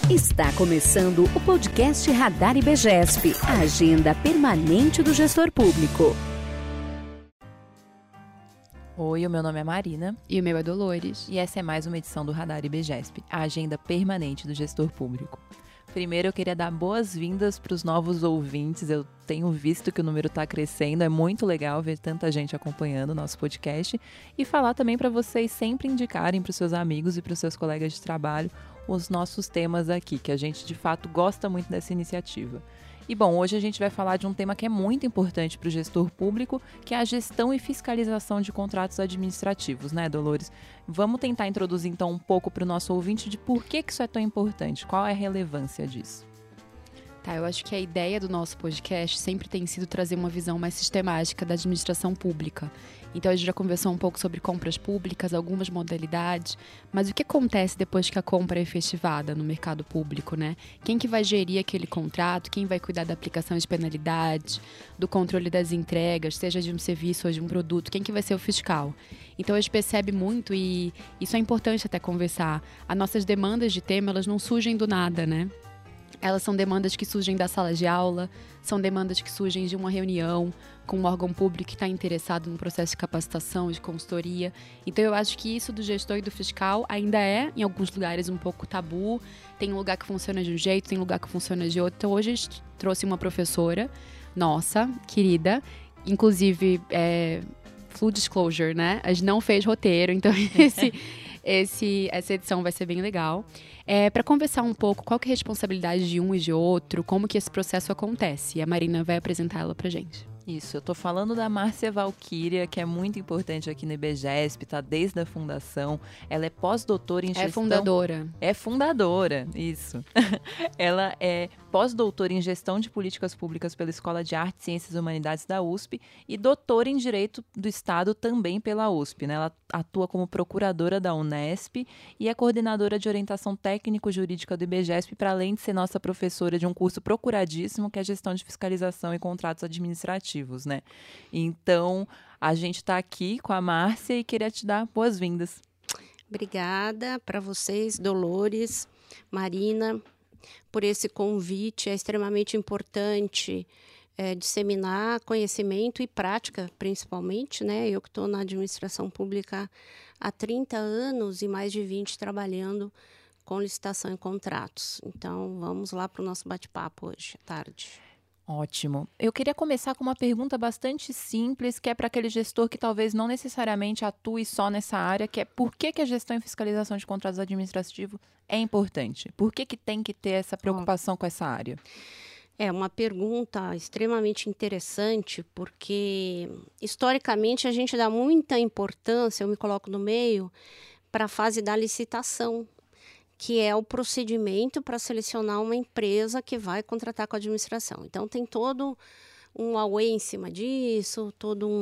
Está começando o podcast Radar IBGESP, a agenda permanente do gestor público. Oi, o meu nome é Marina. E o meu é Dolores. E essa é mais uma edição do Radar IBGESP, a agenda permanente do gestor público. Primeiro, eu queria dar boas-vindas para os novos ouvintes. Eu tenho visto que o número está crescendo. É muito legal ver tanta gente acompanhando o nosso podcast. E falar também para vocês sempre indicarem para os seus amigos e para os seus colegas de trabalho os nossos temas aqui, que a gente, de fato, gosta muito dessa iniciativa. E, bom, hoje a gente vai falar de um tema que é muito importante para o gestor público, que é a gestão e fiscalização de contratos administrativos, né, Dolores? Vamos tentar introduzir, então, um pouco para o nosso ouvinte de por que isso é tão importante, qual é a relevância disso. Tá, eu acho que a ideia do nosso podcast sempre tem sido trazer uma visão mais sistemática da administração pública. Então, a gente já conversou um pouco sobre compras públicas, algumas modalidades, mas o que acontece depois que a compra é efetivada no mercado público, né? Quem que vai gerir aquele contrato, quem vai cuidar da aplicação de penalidades, do controle das entregas, seja de um serviço ou de um produto, quem que vai ser o fiscal? Então, a gente percebe muito, e isso é importante até conversar, as nossas demandas de tema, elas não surgem do nada, né? Elas são demandas que surgem da sala de aula, são demandas que surgem de uma reunião com um órgão público que está interessado no processo de capacitação, de consultoria. Então, eu acho que isso do gestor e do fiscal ainda é, em alguns lugares, um pouco tabu. Tem um lugar que funciona de um jeito, tem lugar que funciona de outro. Então, hoje a gente trouxe uma professora nossa, querida, inclusive, full disclosure, né? A gente não fez roteiro, então essa edição vai ser bem legal. Para conversar um pouco qual que é a responsabilidade de um e de outro, como que esse processo acontece. E a Marina vai apresentar ela pra gente. Isso, eu tô falando da Márcia Valquíria, que é muito importante aqui no IBGESP, tá desde a fundação. Ela é pós-doutora em gestão... É fundadora, isso. Ela é pós-doutora em gestão de políticas públicas pela Escola de Artes, Ciências e Humanidades da USP e doutora em Direito do Estado também pela USP, né? Ela atua como procuradora da Unesp e é coordenadora de orientação técnico-jurídica do IBGESP, para além de ser nossa professora de um curso procuradíssimo, que é Gestão de Fiscalização e Contratos Administrativos, né? Então, a gente está aqui com a Márcia e queria te dar boas-vindas. Obrigada para vocês, Dolores, Marina, por esse convite. É extremamente importante disseminar conhecimento e prática, principalmente, né? Eu que estou na administração pública há 30 anos e mais de 20 trabalhando com licitação e contratos. Então, vamos lá para o nosso bate-papo hoje à tarde. Ótimo. Eu queria começar com uma pergunta bastante simples, que é para aquele gestor que talvez não necessariamente atue só nessa área, que é por que a gestão e fiscalização de contratos administrativos é importante? Por que tem que ter essa preocupação com essa área? É uma pergunta extremamente interessante, porque historicamente a gente dá muita importância, eu me coloco no meio, para a fase da licitação, que é o procedimento para selecionar uma empresa que vai contratar com a administração. Então, tem todo um away em cima disso,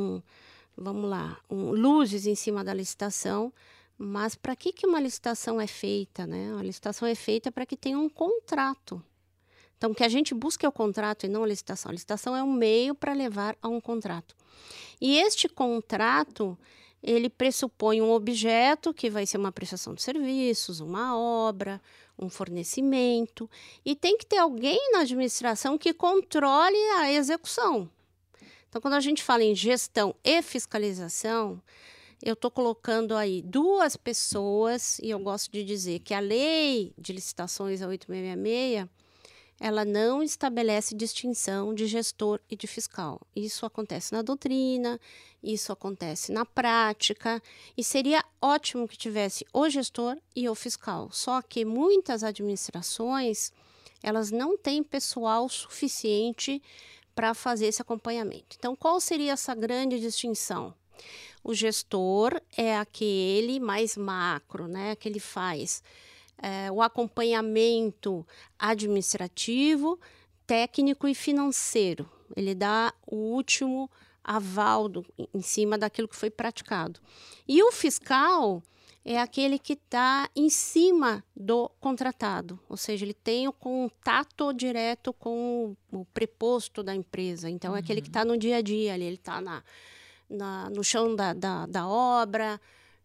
luzes em cima da licitação. Mas para que uma licitação é feita, né? A licitação é feita para que tenha um contrato. Então, o que a gente busca é o contrato e não a licitação. A licitação é um meio para levar a um contrato. E este contrato, ele pressupõe um objeto, que vai ser uma prestação de serviços, uma obra, um fornecimento, e tem que ter alguém na administração que controle a execução. Então, quando a gente fala em gestão e fiscalização, eu estou colocando aí duas pessoas, e eu gosto de dizer que a lei de licitações, a 8666, ela não estabelece distinção de gestor e de fiscal. Isso acontece na doutrina, isso acontece na prática, e seria ótimo que tivesse o gestor e o fiscal. Só que muitas administrações, elas não têm pessoal suficiente para fazer esse acompanhamento. Então, qual seria essa grande distinção? O gestor é aquele mais macro, né? Que ele faz o acompanhamento administrativo, técnico e financeiro. Ele dá o último aval em cima daquilo que foi praticado. E o fiscal é aquele que está em cima do contratado, ou seja, ele tem o contato direto com o preposto da empresa. Então, é aquele que está no dia a dia, ele está no chão da obra,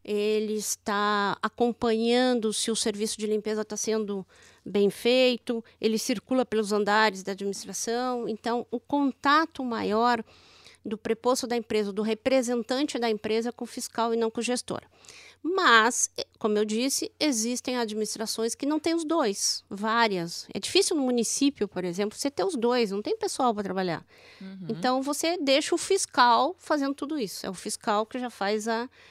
ele está acompanhando se o serviço de limpeza está sendo bem feito, ele circula pelos andares da administração. Então, o contato maior do preposto da empresa, do representante da empresa com o fiscal e não com o gestor. Mas, como eu disse, existem administrações que não têm os dois, várias. É difícil no município, por exemplo, você ter os dois, não tem pessoal para trabalhar. Então, você deixa o fiscal fazendo tudo isso. É o fiscal que já faz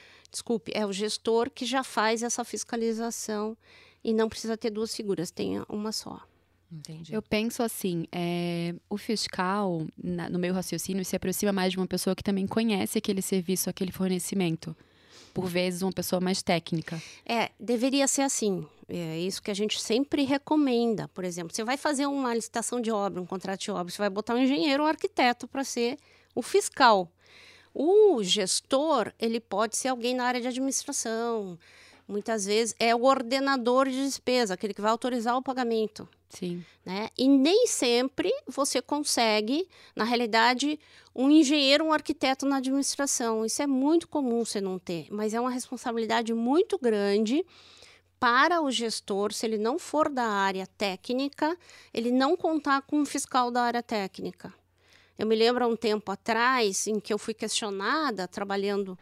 é o gestor que já faz essa fiscalização e não precisa ter duas figuras, tem uma só. Entendi. Eu penso assim, o fiscal, no meu raciocínio, se aproxima mais de uma pessoa que também conhece aquele serviço, aquele fornecimento. Por vezes, uma pessoa mais técnica. Deveria ser assim. É isso que a gente sempre recomenda. Por exemplo, você vai fazer uma licitação de obra, um contrato de obra, você vai botar um engenheiro ou um arquiteto para ser o fiscal. O gestor, ele pode ser alguém na área de administração. Muitas vezes é o ordenador de despesa, aquele que vai autorizar o pagamento. Sim. Né? E nem sempre você consegue, na realidade, um engenheiro, um arquiteto na administração. Isso é muito comum você não ter, mas é uma responsabilidade muito grande para o gestor, se ele não for da área técnica, ele não contar com um fiscal da área técnica. Eu me lembro há um tempo atrás, em que eu fui questionada, trabalhando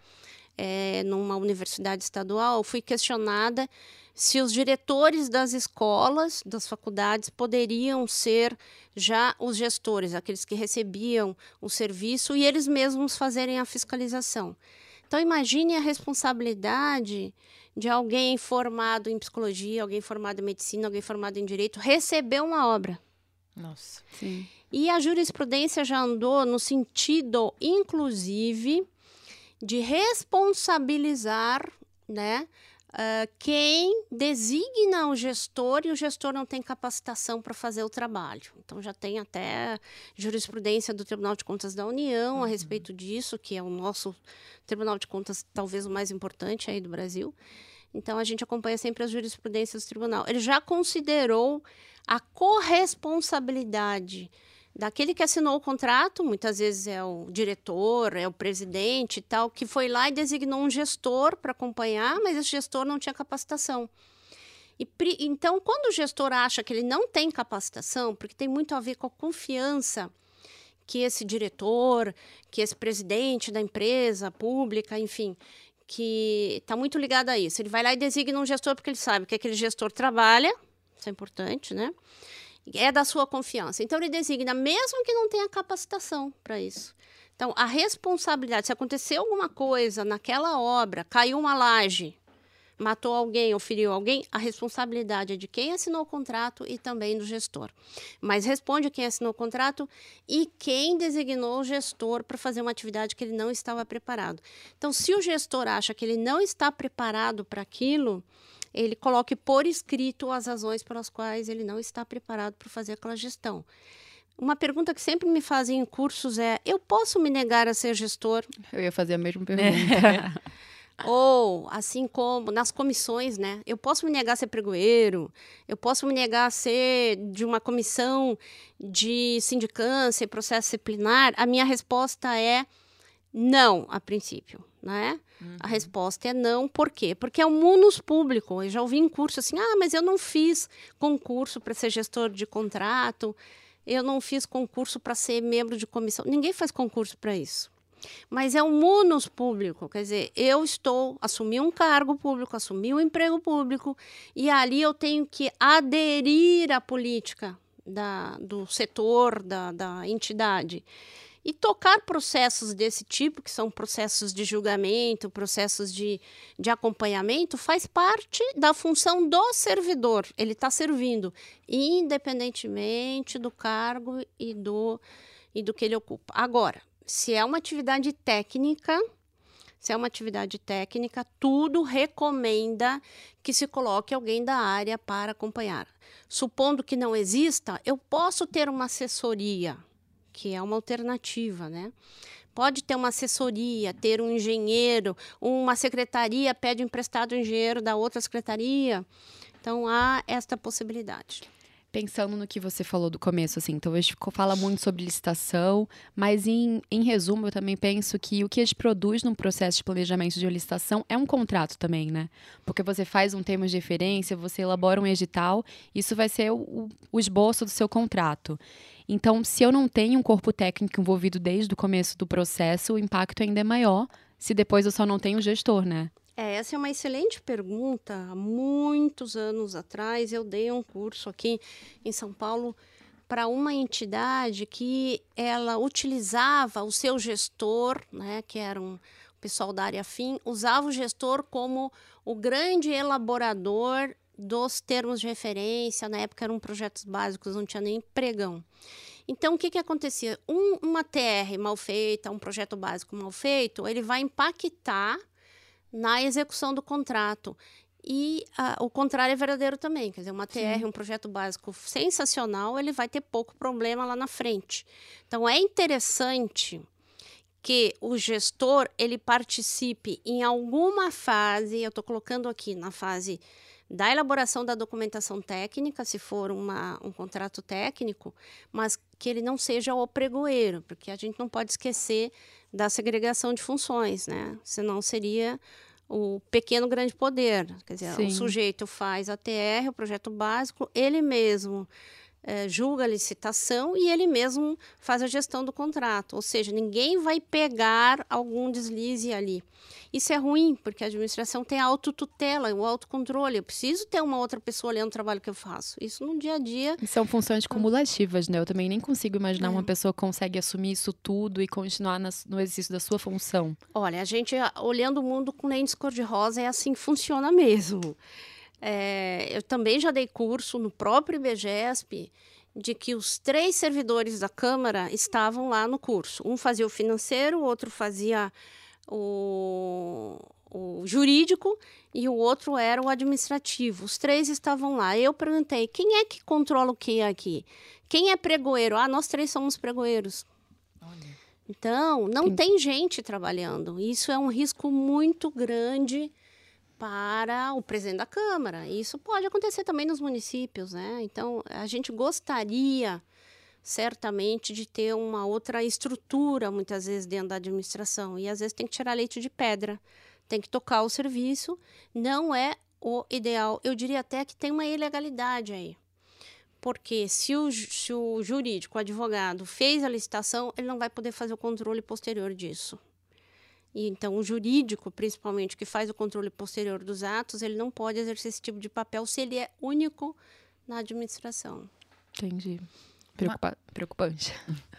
numa universidade estadual, fui questionada se os diretores das escolas, das faculdades, poderiam ser já os gestores, aqueles que recebiam o serviço e eles mesmos fazerem a fiscalização. Então, imagine a responsabilidade de alguém formado em psicologia, alguém formado em medicina, alguém formado em direito, receber uma obra. Nossa, sim. E a jurisprudência já andou no sentido, inclusive, de responsabilizar, né, quem designa o gestor e o gestor não tem capacitação para fazer o trabalho. Então, já tem até jurisprudência do Tribunal de Contas da União a respeito disso, que é o nosso Tribunal de Contas, talvez o mais importante aí do Brasil. Então, a gente acompanha sempre as jurisprudências do tribunal. Ele já considerou a corresponsabilidade daquele que assinou o contrato, muitas vezes é o diretor, é o presidente e tal, que foi lá e designou um gestor para acompanhar, mas esse gestor não tinha capacitação. Então, quando o gestor acha que ele não tem capacitação, porque tem muito a ver com a confiança que esse diretor, que esse presidente da empresa pública, enfim, que está muito ligado a isso. Ele vai lá e designa um gestor porque ele sabe que aquele gestor trabalha, isso é importante, né? É da sua confiança. Então, ele designa, mesmo que não tenha capacitação para isso. Então, a responsabilidade, se acontecer alguma coisa naquela obra, caiu uma laje, matou alguém ou feriu alguém, a responsabilidade é de quem assinou o contrato e também do gestor. Mas responde quem assinou o contrato e quem designou o gestor para fazer uma atividade que ele não estava preparado. Então, se o gestor acha que ele não está preparado para aquilo, ele coloque por escrito as razões pelas quais ele não está preparado para fazer aquela gestão. Uma pergunta que sempre me fazem em cursos é: eu posso me negar a ser gestor? Eu ia fazer a mesma pergunta. Ou, assim como nas comissões, né? Eu posso me negar a ser pregoeiro? Eu posso me negar a ser de uma comissão de sindicância e processo disciplinar? A minha resposta é não, a princípio, né? A resposta é não. Por quê? Porque é um munus público. Eu já ouvi em curso assim, mas eu não fiz concurso para ser gestor de contrato, eu não fiz concurso para ser membro de comissão. Ninguém faz concurso para isso. Mas é um munus público, quer dizer, assumi um cargo público, assumi um emprego público, e ali eu tenho que aderir à política do setor, da entidade. E tocar processos desse tipo, que são processos de julgamento, processos de acompanhamento, faz parte da função do servidor. Ele está servindo, independentemente do cargo e do que ele ocupa. Agora, se é uma atividade técnica, tudo recomenda que se coloque alguém da área para acompanhar. Supondo que não exista, eu posso ter uma assessoria, que é uma alternativa, né? Pode ter uma assessoria, ter um engenheiro, uma secretaria pede emprestado o engenheiro da outra secretaria. Então, há esta possibilidade. Pensando no que você falou do começo, assim, então a gente fala muito sobre licitação, mas em resumo eu também penso que o que a gente produz num processo de planejamento de licitação é um contrato também, né? Porque você faz um termo de referência, você elabora um edital, isso vai ser o esboço do seu contrato. Então, se eu não tenho um corpo técnico envolvido desde o começo do processo, o impacto ainda é maior se depois eu só não tenho gestor, né? Essa é uma excelente pergunta. Há muitos anos atrás, eu dei um curso aqui em São Paulo para uma entidade que ela utilizava o seu gestor, né, que era um pessoal da área fim, usava o gestor como o grande elaborador dos termos de referência. Na época eram projetos básicos, não tinha nem pregão. Então, o que acontecia? Uma TR mal feita, um projeto básico mal feito, ele vai impactar na execução do contrato. E o contrário é verdadeiro também. Quer dizer, uma TR, um projeto básico sensacional, ele vai ter pouco problema lá na frente. Então, é interessante que o gestor ele participe em alguma fase, eu estou colocando aqui na fase da elaboração da documentação técnica, se for um contrato técnico, mas que ele não seja o pregoeiro, porque a gente não pode esquecer da segregação de funções, né? Senão seria o pequeno grande poder. Quer dizer, o sujeito faz a TR, o projeto básico, ele mesmo julga a licitação e ele mesmo faz a gestão do contrato. Ou seja, ninguém vai pegar algum deslize ali. Isso é ruim, porque a administração tem a autotutela, o autocontrole. Eu preciso ter uma outra pessoa olhando o trabalho que eu faço. Isso no dia a dia... E são funções cumulativas, né? Eu também nem consigo imaginar uma pessoa que consegue assumir isso tudo e continuar no exercício da sua função. Olha, a gente, olhando o mundo com lentes cor-de-rosa, é assim que funciona mesmo. Eu também já dei curso no próprio IBGESP de que os 3 servidores da Câmara estavam lá no curso. Um fazia o financeiro, o outro fazia o jurídico e o outro era o administrativo. Os 3 estavam lá. Eu perguntei, quem é que controla o que aqui? Quem é pregoeiro? Nós 3 somos pregoeiros. Olha. Então, não tem gente trabalhando. Isso é um risco muito grande para o presidente da Câmara. Isso pode acontecer também nos municípios, né? Então, a gente gostaria certamente de ter uma outra estrutura, muitas vezes, dentro da administração. E, às vezes, tem que tirar leite de pedra. Tem que tocar o serviço. Não é o ideal. Eu diria até que tem uma ilegalidade aí. Porque se o jurídico, o advogado, fez a licitação, ele não vai poder fazer o controle posterior disso. E, então, o jurídico, principalmente, que faz o controle posterior dos atos, ele não pode exercer esse tipo de papel se ele é único na administração. Entendi. Preocupante.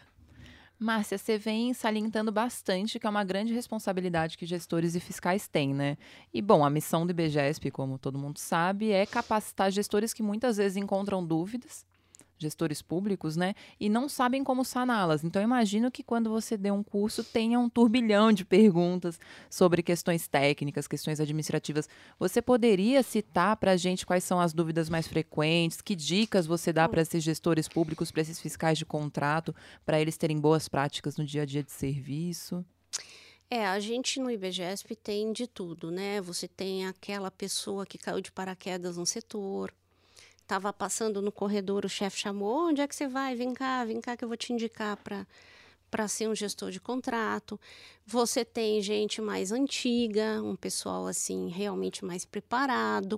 Márcia, você vem salientando bastante que é uma grande responsabilidade que gestores e fiscais têm, né? E, bom, a missão do IBGESP, como todo mundo sabe, é capacitar gestores que muitas vezes encontram dúvidas, gestores públicos, né? E não sabem como saná-las. Então, eu imagino que quando você dê um curso, tenha um turbilhão de perguntas sobre questões técnicas, questões administrativas. Você poderia citar para a gente quais são as dúvidas mais frequentes? Que dicas você dá para esses gestores públicos, para esses fiscais de contrato, para eles terem boas práticas no dia a dia de serviço? A gente no IBGESP tem de tudo, né? Você tem aquela pessoa que caiu de paraquedas no setor, estava passando no corredor, o chefe chamou, onde é que você vai? Vem cá que eu vou te indicar para ser um gestor de contrato. Você tem gente mais antiga, um pessoal assim realmente mais preparado.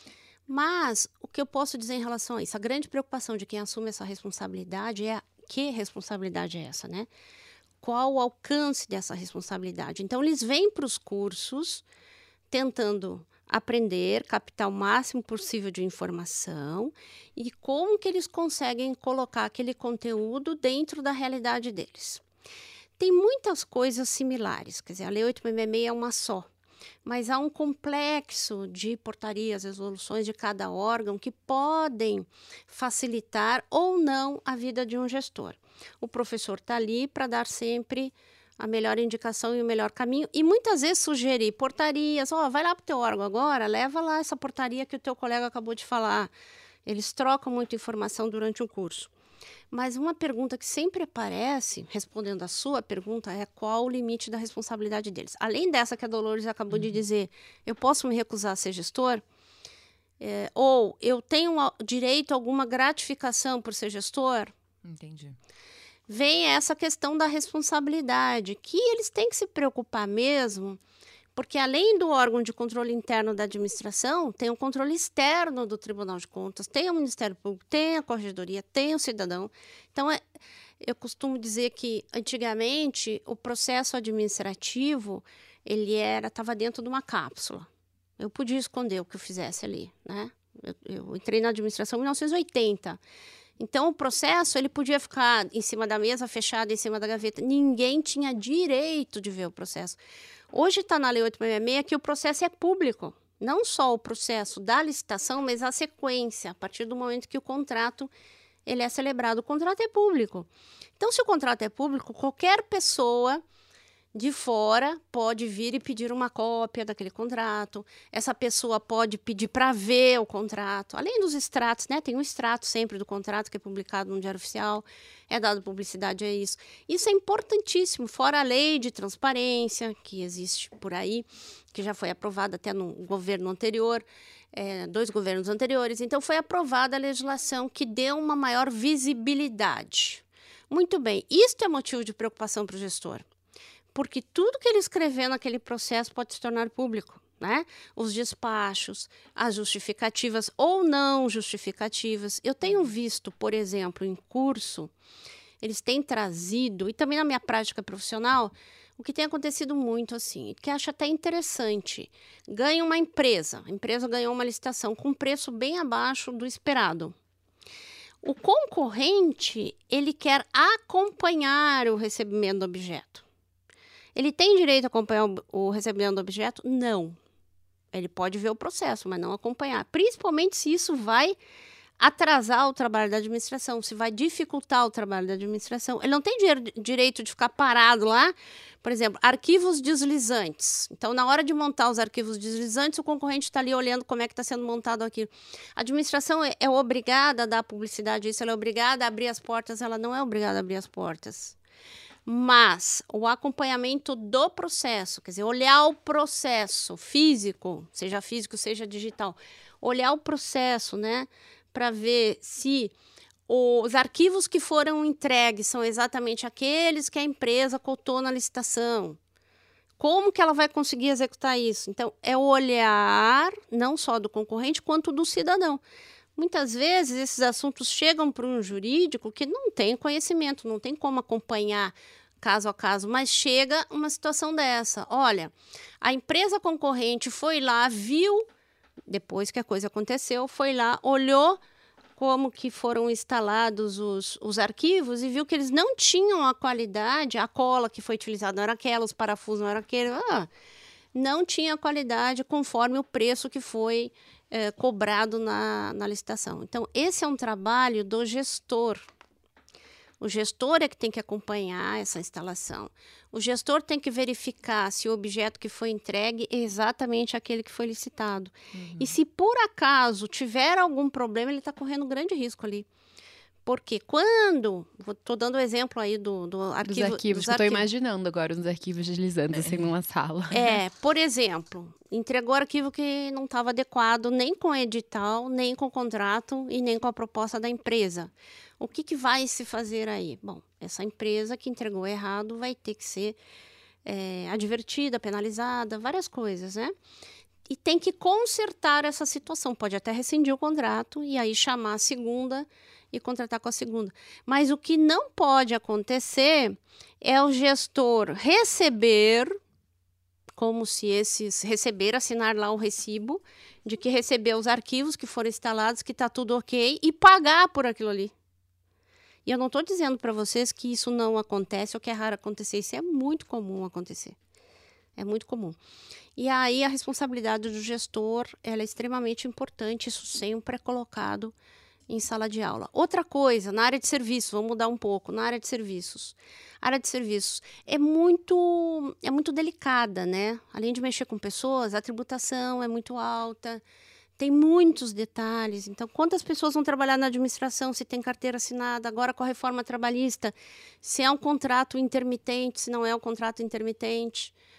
Mas o que eu posso dizer em relação a isso? A grande preocupação de quem assume essa responsabilidade é que responsabilidade é essa, né? Qual o alcance dessa responsabilidade? Então, eles vêm para os cursos tentando aprender, captar o máximo possível de informação e como que eles conseguem colocar aquele conteúdo dentro da realidade deles. Tem muitas coisas similares, quer dizer, a Lei 8.666 é uma só, mas há um complexo de portarias, resoluções de cada órgão que podem facilitar ou não a vida de um gestor. O professor está ali para dar sempre a melhor indicação e o melhor caminho, e muitas vezes sugerir portarias, vai lá para o teu órgão agora, leva lá essa portaria que o teu colega acabou de falar. Eles trocam muita informação durante o curso. Mas uma pergunta que sempre aparece, respondendo a sua pergunta, é qual o limite da responsabilidade deles. Além dessa que a Dolores acabou de dizer, eu posso me recusar a ser gestor? ou eu tenho direito a alguma gratificação por ser gestor. Entendi. Vem essa questão da responsabilidade, que eles têm que se preocupar mesmo, porque além do órgão de controle interno da administração, tem o controle externo do Tribunal de Contas, tem o Ministério Público, tem a Corregedoria, tem o cidadão. Então, eu costumo dizer que, antigamente, o processo administrativo, ele estava dentro de uma cápsula. Eu podia esconder o que eu fizesse ali, né? Eu entrei na administração em 1980. Então, o processo, ele podia ficar em cima da mesa, fechado em cima da gaveta. Ninguém tinha direito de ver o processo. Hoje está na Lei 866 que o processo é público. Não só o processo da licitação, mas a sequência, a partir do momento que o contrato ele é celebrado. O contrato é público. Então, se o contrato é público, qualquer pessoa de fora pode vir e pedir uma cópia daquele contrato. Essa pessoa pode pedir para ver o contrato. Além dos extratos, né? Tem um extrato sempre do contrato que é publicado no Diário Oficial. É dado publicidade a isso. Isso é importantíssimo, fora a lei de transparência que existe por aí, que já foi aprovada até no governo anterior, 2 governos anteriores. Então, foi aprovada a legislação que deu uma maior visibilidade. Muito bem, isto é motivo de preocupação para o gestor. Porque tudo que ele escrever naquele processo pode se tornar público, né? Os despachos, as justificativas ou não justificativas. Eu tenho visto, por exemplo, em curso, eles têm trazido, e também na minha prática profissional, o que tem acontecido muito assim, que acho até interessante. Ganha uma empresa, a empresa ganhou uma licitação com preço bem abaixo do esperado. O concorrente, ele quer acompanhar o recebimento do objeto. Ele tem direito a acompanhar o recebimento do objeto? Não. Ele pode ver o processo, mas não acompanhar. Principalmente se isso vai atrasar o trabalho da administração, se vai dificultar o trabalho da administração. Ele não tem direito de ficar parado lá. Por exemplo, arquivos deslizantes. Então, na hora de montar os arquivos deslizantes, o concorrente está ali olhando como é que está sendo montado aquilo. A administração é obrigada a dar publicidade a isso, ela é obrigada a abrir as portas, ela não é obrigada a abrir as portas. Mas o acompanhamento do processo, quer dizer, olhar o processo físico, seja digital, olhar o processo, né, para ver se os arquivos que foram entregues são exatamente aqueles que a empresa cotou na licitação. Como que ela vai conseguir executar isso? Então, é o olhar não só do concorrente, quanto do cidadão. Muitas vezes, esses assuntos chegam para um jurídico que não tem conhecimento, não tem como acompanhar caso a caso, mas chega uma situação dessa. Olha, a empresa concorrente foi lá, viu, depois que a coisa aconteceu, foi lá, olhou como que foram instalados os arquivos e viu que eles não tinham a qualidade, a cola que foi utilizada não era aquela, os parafusos não eram aquele, não tinha a qualidade conforme o preço que foi cobrado na licitação. Então, esse é um trabalho do gestor. O gestor é que tem que acompanhar essa instalação. O gestor tem que verificar se o objeto que foi entregue é exatamente aquele que foi licitado. E se por acaso tiver algum problema, ele está correndo um grande risco ali. Porque quando... Estou dando o exemplo aí do arquivo... Dos arquivos, que eu estou imaginando agora os arquivos deslizando assim numa sala. Por exemplo, entregou arquivo que não estava adequado nem com o edital, nem com o contrato e nem com a proposta da empresa. O que vai se fazer aí? Bom, essa empresa que entregou errado vai ter que ser advertida, penalizada, várias coisas, né? E tem que consertar essa situação. Pode até rescindir o contrato e aí chamar a segunda e contratar com a segunda. Mas o que não pode acontecer é o gestor receber, como se assinar lá o recibo de que recebeu os arquivos que foram instalados, que está tudo ok, e pagar por aquilo ali. E eu não estou dizendo para vocês que isso não acontece ou que é raro acontecer. Isso é muito comum acontecer. É muito comum. E aí a responsabilidade do gestor ela é extremamente importante. Isso sempre é colocado em sala de aula. Outra coisa, na área de serviços, vamos mudar um pouco. Na área de serviços. A área de serviços é muito delicada, né? Além de mexer com pessoas, a tributação é muito alta. Tem muitos detalhes. Então, quantas pessoas vão trabalhar na administração se tem carteira assinada? Agora, com a reforma trabalhista, se é um contrato intermitente, se não é um contrato intermitente.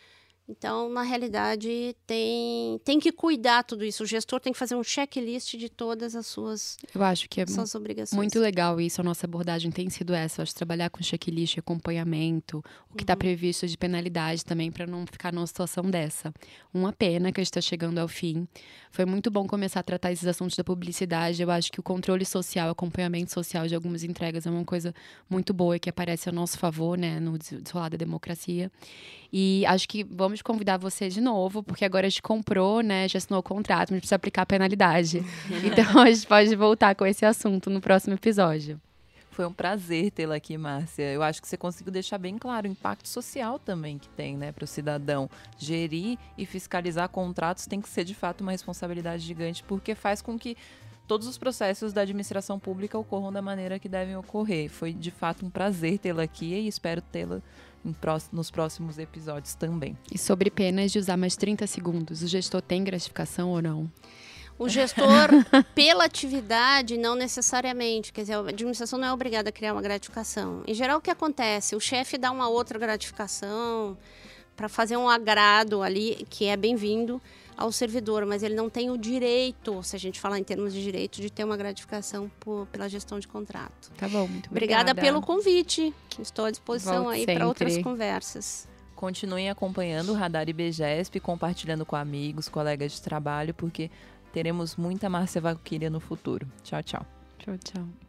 Então, na realidade, tem que cuidar tudo isso. O gestor tem que fazer um checklist de todas as suas obrigações. Eu acho que é muito legal isso. A nossa abordagem tem sido essa. Eu acho que trabalhar com checklist, acompanhamento, o que está previsto de penalidade também, para não ficar numa situação dessa. Uma pena que a gente está chegando ao fim. Foi muito bom começar a tratar esses assuntos da publicidade. Eu acho que o controle social, acompanhamento social de algumas entregas é uma coisa muito boa e que aparece a nosso favor, né, no desenrolar da democracia. E acho que vamos convidar você de novo, porque agora a gente comprou, né, já assinou o contrato, mas precisa aplicar a penalidade. Então a gente pode voltar com esse assunto no próximo episódio. Foi um prazer tê-la aqui, Márcia. Eu acho que você conseguiu deixar bem claro o impacto social também que tem, né, para o cidadão. Gerir e fiscalizar contratos tem que ser, de fato, uma responsabilidade gigante, porque faz com que todos os processos da administração pública ocorram da maneira que devem ocorrer. Foi, de fato, um prazer tê-la aqui e espero tê-la nos próximos episódios também. E sobre penas de usar mais 30 segundos, o gestor tem gratificação ou não? O gestor, pela atividade, não necessariamente. Quer dizer, a administração não é obrigada a criar uma gratificação. Em geral, o que acontece? O chefe dá uma outra gratificação para fazer um agrado ali, que é bem-vindo ao servidor, mas ele não tem o direito, se a gente falar em termos de direito, de ter uma gratificação pela gestão de contrato. Tá bom, muito obrigada pelo convite. Estou à disposição aí para outras conversas. Continuem acompanhando o Radar IBGESP, compartilhando com amigos, colegas de trabalho, porque teremos muita Márcia Valquíria no futuro. Tchau, tchau. Tchau, tchau.